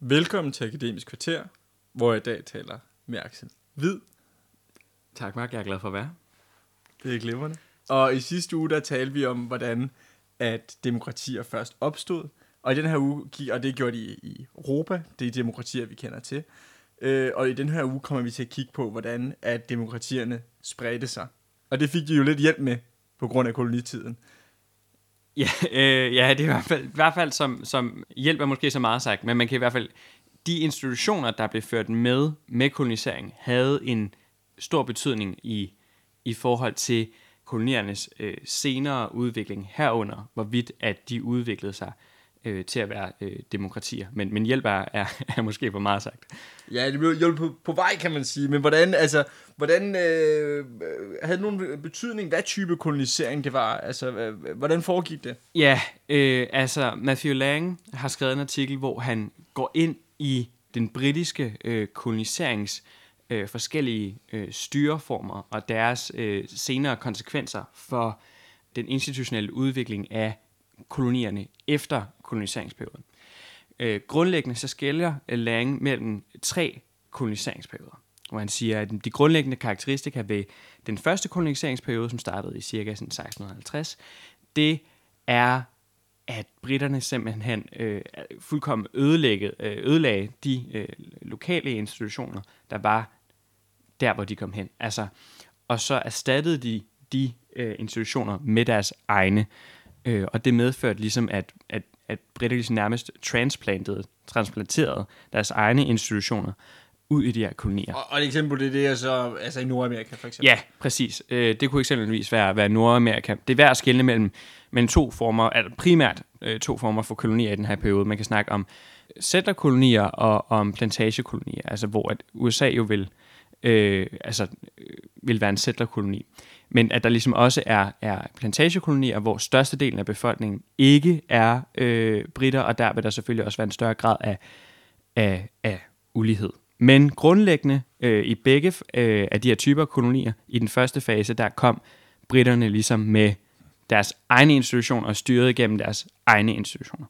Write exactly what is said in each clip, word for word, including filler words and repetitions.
Velkommen til Akademisk Kvarter, hvor jeg i dag taler med Axel Hvid. Tak, Mark. Jeg er glad for at være. Det er glimrende. Og i sidste uge, der talte vi om, hvordan at demokratier først opstod. Og i den her uge, og det gjorde de i Europa, det er demokratier, vi kender til. Og i den her uge kommer vi til at kigge på, hvordan at demokratierne spredte sig. Og det fik de jo lidt hjælp med, på grund af kolonitiden. Ja, øh, ja det er i hvert fald, i hvert fald som, som hjælp er måske så meget sagt, men man kan i hvert fald, de institutioner, der blev ført med med kolonisering, havde en stor betydning i, i forhold til koloniernes øh, senere udvikling herunder, hvorvidt at de udviklede sig øh, til at være øh, demokratier. Men, men hjælp er, er, er måske for meget sagt. Ja, det blev hjulpet på, på vej, kan man sige. Men hvordan, altså, hvordan øh, havde det nogen betydning, hvad type kolonisering det var? Altså, øh, hvordan foregik det? Ja, øh, altså Matthew Lang har skrevet en artikel, hvor han går ind i den britiske øh, koloniserings øh, forskellige øh, styreformer og deres øh, senere konsekvenser for den institutionelle udvikling af kolonierne efter koloniseringsperioden. Øh, grundlæggende så skelner Lang mellem tre koloniseringsperioder, hvor han siger, at de grundlæggende karakteristika ved den første koloniseringsperiode, som startede i ca. seksten halvtreds, det er, at britterne simpelthen øh, fuldkommen ødelægge, øh, ødelagde de øh, lokale institutioner, der var der, hvor de kom hen. Altså, og så erstattede de de øh, institutioner med deres egne. Øh, og det medførte ligesom, at, at, at britterne ligesom nærmest transplantede, transplanterede deres egne institutioner ud i de her kolonier. Og, og et eksempel det, det er så altså i Nordamerika for eksempel. Ja, præcis. Øh, det kunne eksempelvis være, være Nordamerika. Det er værd at skelne mellem, mellem to former, altså primært øh, to former for kolonier i den her periode. Man kan snakke om settlerkolonier og om plantagekolonier, altså hvor at U S A jo vil, øh, altså, øh, vil være en settlerkoloni. Men at der ligesom også er, er plantagekolonier, hvor størstedelen af befolkningen ikke er øh, britter, og der vil der selvfølgelig også være en større grad af, af, af ulighed. Men grundlæggende øh, i begge øh, af de her typer kolonier, i den første fase, der kom britterne ligesom med deres egne institutioner og styret gennem deres egne institutioner.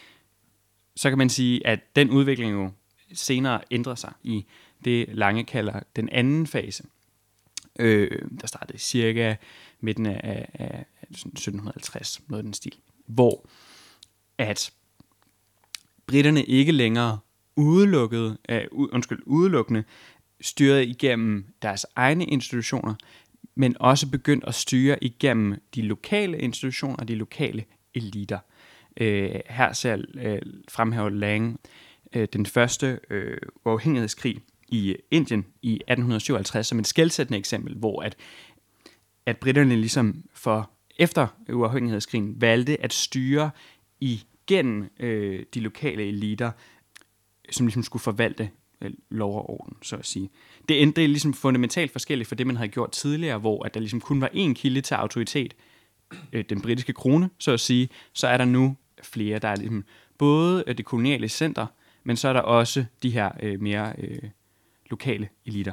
Så kan man sige, at den udvikling jo senere ændrer sig i det Lange kalder den anden fase, øh, der startede cirka midten af, af sytten halvtreds, noget af den stil, hvor at britterne ikke længere udelukket, uh, undskyld, udelukkende styret igennem deres egne institutioner, men også begyndt at styre igennem de lokale institutioner og de lokale eliter. Uh, her ser uh, fremhæver Lang uh, den første uh, uafhængighedskrig i Indien i atten syvoghalvtreds som et skelsættende eksempel, hvor at, at britterne ligesom for efter uafhængighedskrigen valgte at styre igennem uh, de lokale eliter, som ligesom skulle forvalte øh, lov og orden, så at sige. Det endte ligesom fundamentalt forskelligt fra det, man havde gjort tidligere, hvor at der ligesom kun var én kilde til autoritet, øh, den britiske krone, så at sige. Så er der nu flere, der er ligesom både det koloniale center, men så er der også de her øh, mere øh, lokale eliter.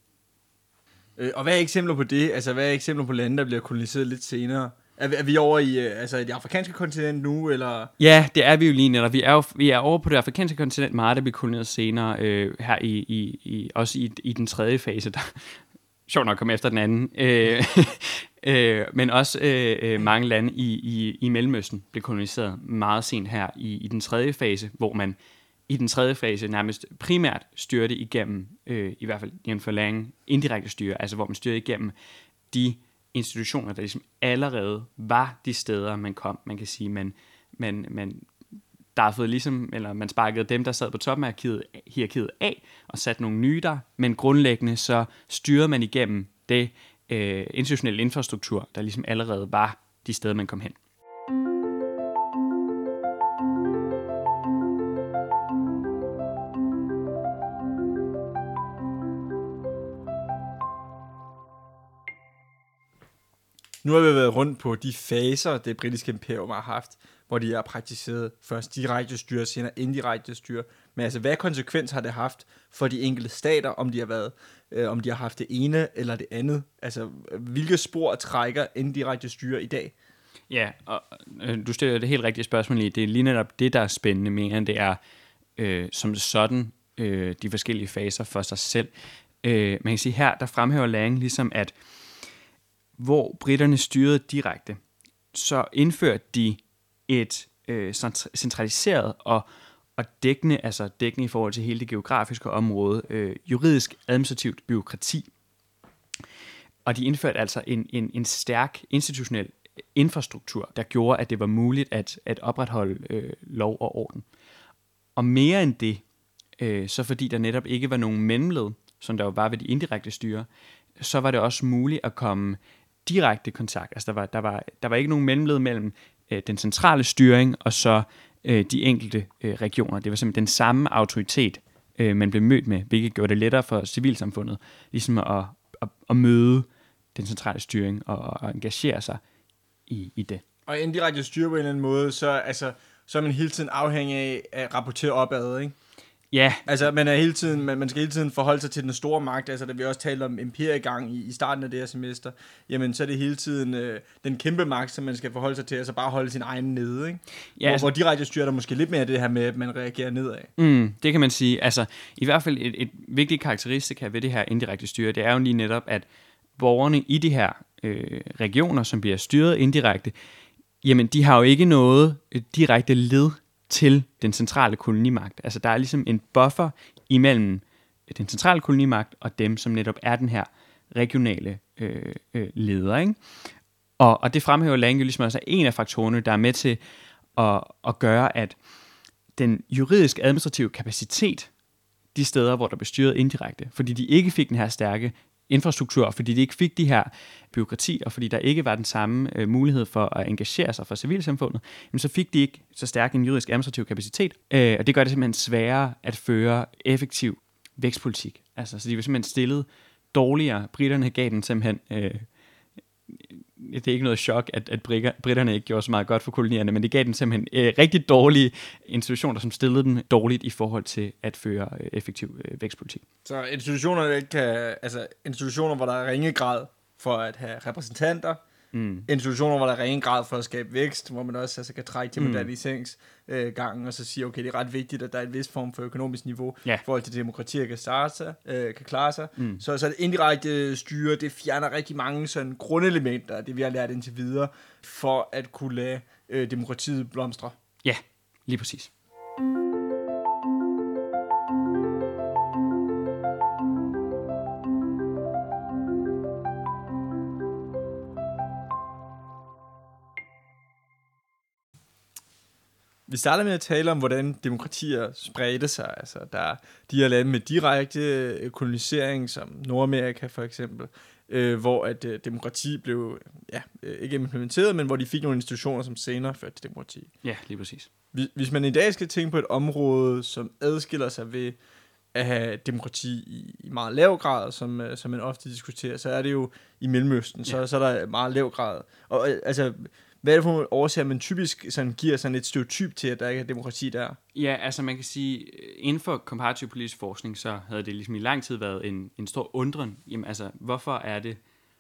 Øh, og hvad er eksempler på det? Altså, hvad er eksempler på lande, der bliver koloniseret lidt senere? Er vi, er vi over i altså, det afrikanske kontinent nu, eller? Ja, det er vi jo lige netop. Vi er, jo, vi er over på det afrikanske kontinent, meget der bliver koloniseret senere, øh, her i, i, i, også i, i den tredje fase, der sjovt nok kom efter den anden. Øh, øh, men også øh, mange lande i, i, i Mellemøsten blev koloniseret meget sent her i, i den tredje fase, hvor man i den tredje fase nærmest primært styrte igennem, øh, i hvert fald inden for Lang, indirekte styre, altså hvor man styrte igennem de institutioner, der ligesom allerede var de steder, man kom. Man kan sige, man, man, man der er fået ligesom, eller man sparkede dem, der sad på toppen af hierarkiet af, og satte nogle nye der, men grundlæggende så styrede man igennem det øh, institutionelle infrastruktur, der ligesom allerede var de steder, man kom hen. Nu har vi været rundt på de faser, det britiske imperium har haft, hvor de har praktiseret først direkte styre, senere indirekte styre. Men altså, hvad konsekvens har det haft for de enkelte stater, om de har været, øh, om de har haft det ene eller det andet? Altså, hvilke spor trækker indirekte styre i dag? Ja, og øh, du stiller det helt rigtige spørgsmål i. Det er lige netop det, der er spændende mere, end det er øh, som sådan øh, de forskellige faser for sig selv. Øh, man kan sige her, der fremhæver Lang ligesom, at hvor britterne styrede direkte, så indførte de et øh, centraliseret og, og dækkende, altså dækkende i forhold til hele det geografiske område, øh, juridisk administrativt bureaukrati. Og de indførte altså en, en, en stærk institutionel infrastruktur, der gjorde, at det var muligt at, at opretholde øh, lov og orden. Og mere end det, øh, så fordi der netop ikke var nogen mellemled, som der jo var ved de indirekte styre, så var det også muligt at komme direkte kontakt. Altså der var, der var, der var ikke nogen mellemled mellem øh, den centrale styring og så øh, de enkelte øh, regioner. Det var simpelthen den samme autoritet, øh, man blev mødt med, hvilket gjorde det lettere for civilsamfundet ligesom at, at, at møde den centrale styring og, og engagere sig i, i det. Og indirekte styre på en eller anden måde, så, altså, så er man hele tiden afhængig af at rapportere opad, ikke? Ja. Altså, man, er hele tiden, man, man skal hele tiden forholde sig til den store magt, altså da vi også talte om imperiegang i, i starten af det her semester, jamen så er det hele tiden øh, den kæmpe magt, som man skal forholde sig til, altså bare holde sin egen nede, ikke? Ja, hvor, altså, hvor direkte styrer der måske lidt mere det her med, at man reagerer nedad. Mm, det kan man sige. Altså, i hvert fald et, et vigtigt karakteristika ved det her indirekte styre, det er jo lige netop, at borgerne i de her øh, regioner, som bliver styret indirekte, jamen de har jo ikke noget direkte led til den centrale kolonimagt. Altså der er ligesom en buffer imellem den centrale kolonimagt og dem, som netop er den her regionale øh, øh, leder, ikke? Og, og det fremhæver Lang jo ligesom også en af faktorerne, der er med til at, at gøre, at den juridisk administrative kapacitet, de steder, hvor der blev styret indirekte, fordi de ikke fik den her stærke infrastruktur, fordi de ikke fik de her bureaukrati, og fordi der ikke var den samme øh, mulighed for at engagere sig for civilsamfundet, jamen, så fik de ikke så stærk en juridisk administrativ kapacitet, øh, og det gør det simpelthen sværere at føre effektiv vækstpolitik. Altså, så de var simpelthen stillet dårligere. Britterne gav den simpelthen øh, det er ikke noget chok, at, at britterne ikke gjorde så meget godt for kolonierne, men det gav den simpelthen øh, rigtig dårlige institutioner, som stillede den dårligt i forhold til at føre øh, effektiv øh, vækstpolitik. Så institutioner, kan, altså institutioner, hvor der er ringe grad for at have repræsentanter, mm. institutioner, hvor der er ringe grad for at skabe vækst, hvor man også altså, kan trække til moderniseringsgangen øh, og så sige, okay, det er ret vigtigt, at der er en vis form for økonomisk niveau, ja. I forhold til demokratiet kan, starte sig, øh, kan klare sig. Mm. Så, så det indirekte styre, det fjerner rigtig mange sådan grundelementer, det vi har lært indtil videre, for at kunne lade øh, demokratiet blomstre. Ja, lige præcis. Vi starter med at tale om, hvordan demokratier spredte sig. Altså, der er de her lande med direkte kolonisering, som Nordamerika for eksempel, øh, hvor at øh, demokrati blev ja, øh, ikke implementeret, men hvor de fik nogle institutioner, som senere førte til demokrati. Ja, lige præcis. Hvis man i dag skal tænke på et område, som adskiller sig ved at have demokrati i, i meget lav grad, som, øh, som man ofte diskuterer, så er det jo i Mellemøsten, ja. så, så er der meget lav grad. Og øh, altså... Hvad er det for en årsag, man typisk sådan, giver sådan et stereotyp til, at der ikke er demokrati der? Ja, altså man kan sige, inden for komparativ politisk forskning, så havde det ligesom i lang tid været en, en stor undren. Jamen altså, hvorfor er det,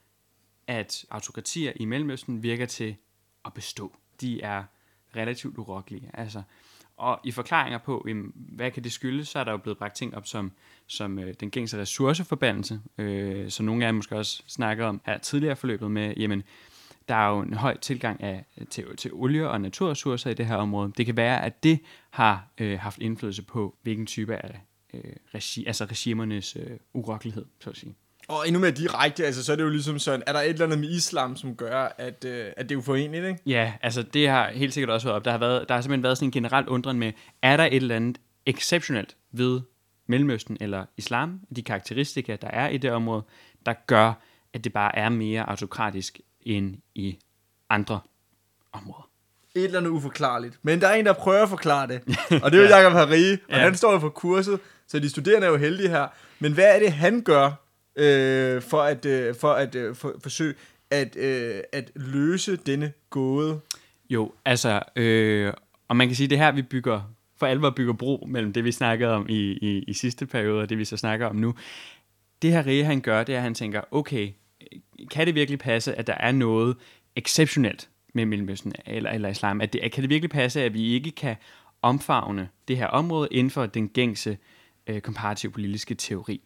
at autokratier i Mellemøsten virker til at bestå? De er relativt urokkelige. Altså, og i forklaringer på, jamen, hvad kan det skyldes, så er der jo blevet bragt ting op som, som øh, den gængse ressourceforbandelse, øh, som nogle af jer måske også snakker om her tidligere forløbet med, jamen, der er jo en høj tilgang af, til, til olie og naturressourcer i det her område. Det kan være, at det har øh, haft indflydelse på, hvilken type af øh, regi, altså regimernes øh, urokkelighed, så at sige. Og endnu mere direkte, altså så er det jo ligesom sådan, er der et eller andet med islam, som gør, at, øh, at det er uforeneligt, ikke? Ja, altså det har helt sikkert også været op. Der har, været, der har simpelthen været sådan en generelt undren med, er der et eller andet exceptionelt ved Mellemøsten eller islam, de karakteristika, der er i det område, der gør, at det bare er mere autokratisk end i andre områder. Et eller andet uforklarligt. Men der er en, der prøver at forklare det. Og det er jo ja. Jacob Hariri, og ja. Han står jo for kurset, så de studerende er jo heldige her. Men hvad er det, han gør øh, for at, øh, for at øh, for, forsøge at, øh, at løse denne gåde? Jo, altså, øh, og man kan sige, det her, vi bygger, for alvor bygger bro mellem det, vi snakkede om i, i, i sidste periode, og det, vi så snakker om nu. Det her Hariri, han gør, det er, at han tænker, okay, kan det virkelig passe, at der er noget exceptionelt med Mellemøsten eller, eller islam? At det, kan det virkelig passe, at vi ikke kan omfavne det her område inden for den gængse øh, komparative politiske teori.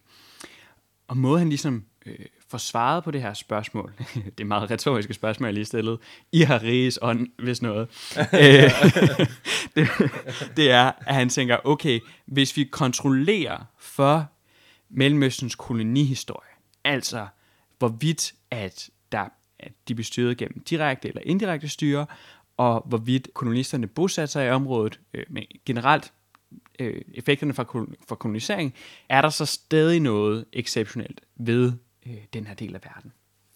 Og måden han ligesom øh, får svaret på det her spørgsmål, det er meget retoriske spørgsmål, jeg lige stillet, i Harris ånd, hvis noget, øh, det, det er, at han tænker, okay, hvis vi kontrollerer for Mellemøstens kolonihistorie, altså hvorvidt at, der, at de bliver styret gennem direkte eller indirekte styre, og hvorvidt kolonisterne bosatte sig i området, øh, men generelt øh, effekterne fra, kol- fra kolonisering, er der så stadig noget exceptionelt ved øh, den her del af verden.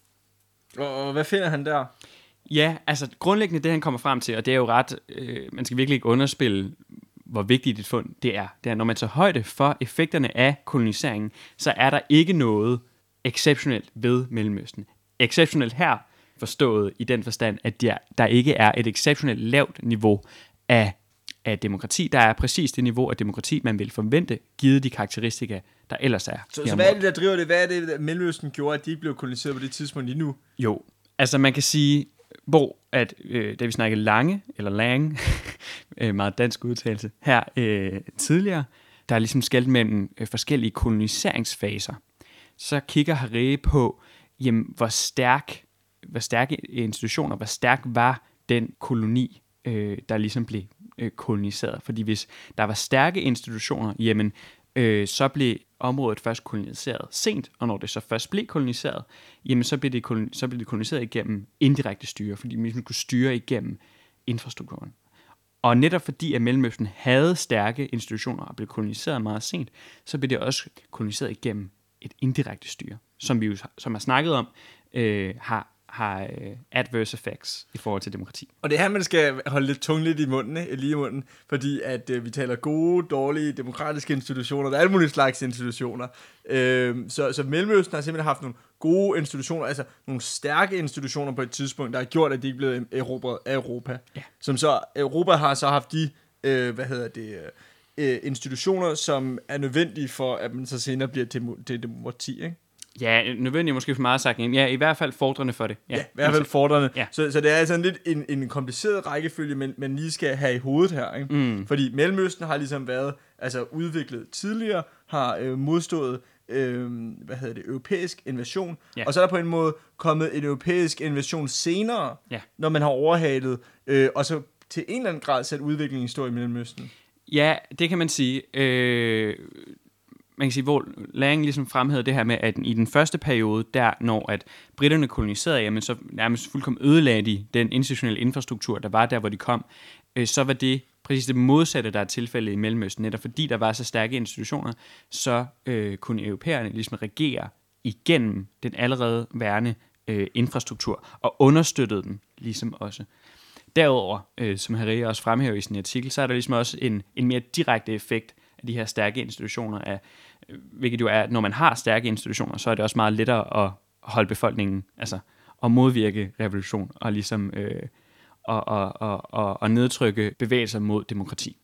Og, og hvad finder han der? Ja, altså grundlæggende det, han kommer frem til, og det er jo ret, øh, man skal virkelig ikke underspille, hvor vigtigt et fund det er. Det er, når man tager højde for effekterne af koloniseringen, så er der ikke noget exceptionelt ved Mellemøsten. Exceptionelt her forstået i den forstand, at der, der ikke er et exceptionelt lavt niveau af, af demokrati. Der er præcis det niveau af demokrati, man vil forvente, givet de karakteristika, der ellers er. Så, så hvad er det, der driver det? Hvad er det, der Mellemøsten gjorde, at de ikke blev koloniseret på det tidspunkt lige nu? Jo, altså man kan sige, hvor at, øh, da vi snakkede Lange, eller Lang, meget dansk udtalelse, her øh, tidligere, der er ligesom skelnet mellem øh, forskellige koloniseringsfaser. Så kigger Harari på, jamen, hvor stærk, hvor stærke institutioner, hvor stærk var den koloni, øh, der ligesom blev øh, koloniseret. Fordi hvis der var stærke institutioner, jamen, øh, så blev området først koloniseret sent, og når det så først blev koloniseret, jamen, så blev det, kolon- så blev det koloniseret igennem indirekte styre, fordi man ligesom kunne styre igennem infrastrukturen. Og netop fordi, at Mellemøsten havde stærke institutioner og blev koloniseret meget sent, så blev det også koloniseret igennem et indirekte styre, som vi jo som har snakket om, øh, har, har øh, adverse effects i forhold til demokrati. Og det er her, man skal holde lidt tungt lidt i munden, eh, lige i munden, fordi at øh, vi taler gode, dårlige, demokratiske institutioner, der er alle mulige slags institutioner. Øh, så, så Mellemøsten har simpelthen haft nogle gode institutioner, altså nogle stærke institutioner på et tidspunkt, der har gjort, at de ikke blev erobret af Europa. Ja. Som så, Europa har så haft de, øh, hvad hedder det, øh, institutioner, som er nødvendige for, at man så senere bliver til, til demokrati, ikke? Ja, nødvendigt måske for meget sagt. Ja, i hvert fald fordrende for det. Ja, ja i hvert fald fordrende. Ja. Så, så det er altså lidt en, en kompliceret rækkefølge, men man lige skal have i hovedet her, ikke? Mm. Fordi Mellemøsten har ligesom været altså udviklet tidligere, har øh, modstået øh, hvad hedder det, europæisk invasion, Ja. og så er der på en måde kommet en europæisk invasion senere, Ja. når man har overhalet, øh, og så til en eller anden grad sat udviklingen i stå i Mellemøsten. Ja, det kan man sige. Øh, man kan sige, hvor Lang ligesom fremhævede det her med, at i den første periode, der når at britterne koloniserede, jamen så nærmest fuldkommen ødelagde de den institutionelle infrastruktur, der var der, hvor de kom, øh, så var det præcis det modsatte, der er tilfældet i Mellemøsten. Netop fordi der var så stærke institutioner, så øh, kunne europæerne ligesom regere igennem den allerede værende øh, infrastruktur, og understøttede den ligesom også. Derudover, øh, som Harari også fremhæver i sin artikel, så er der ligesom også en, en mere direkte effekt af de her stærke institutioner, af, øh, hvilket jo er, at når man har stærke institutioner, så er det også meget lettere at holde befolkningen, altså at modvirke revolution, og ligesom øh, og, og, og, og, og nedtrykke bevægelser mod demokrati.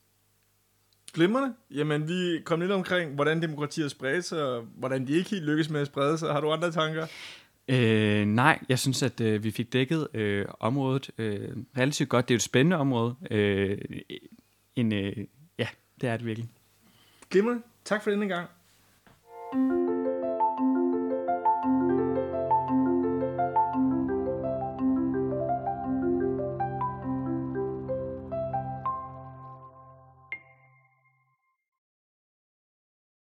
Glimrende. Jamen, vi kom lidt omkring, hvordan demokratier spredt sig, og hvordan de ikke helt lykkes med at sprede sig. Har du andre tanker? Øh, nej, jeg synes, at øh, vi fik dækket øh, området øh, relativt godt. Det er jo et spændende område. Øh, en, øh, ja, det er det virkelig. Glimrende. Tak for denne gang.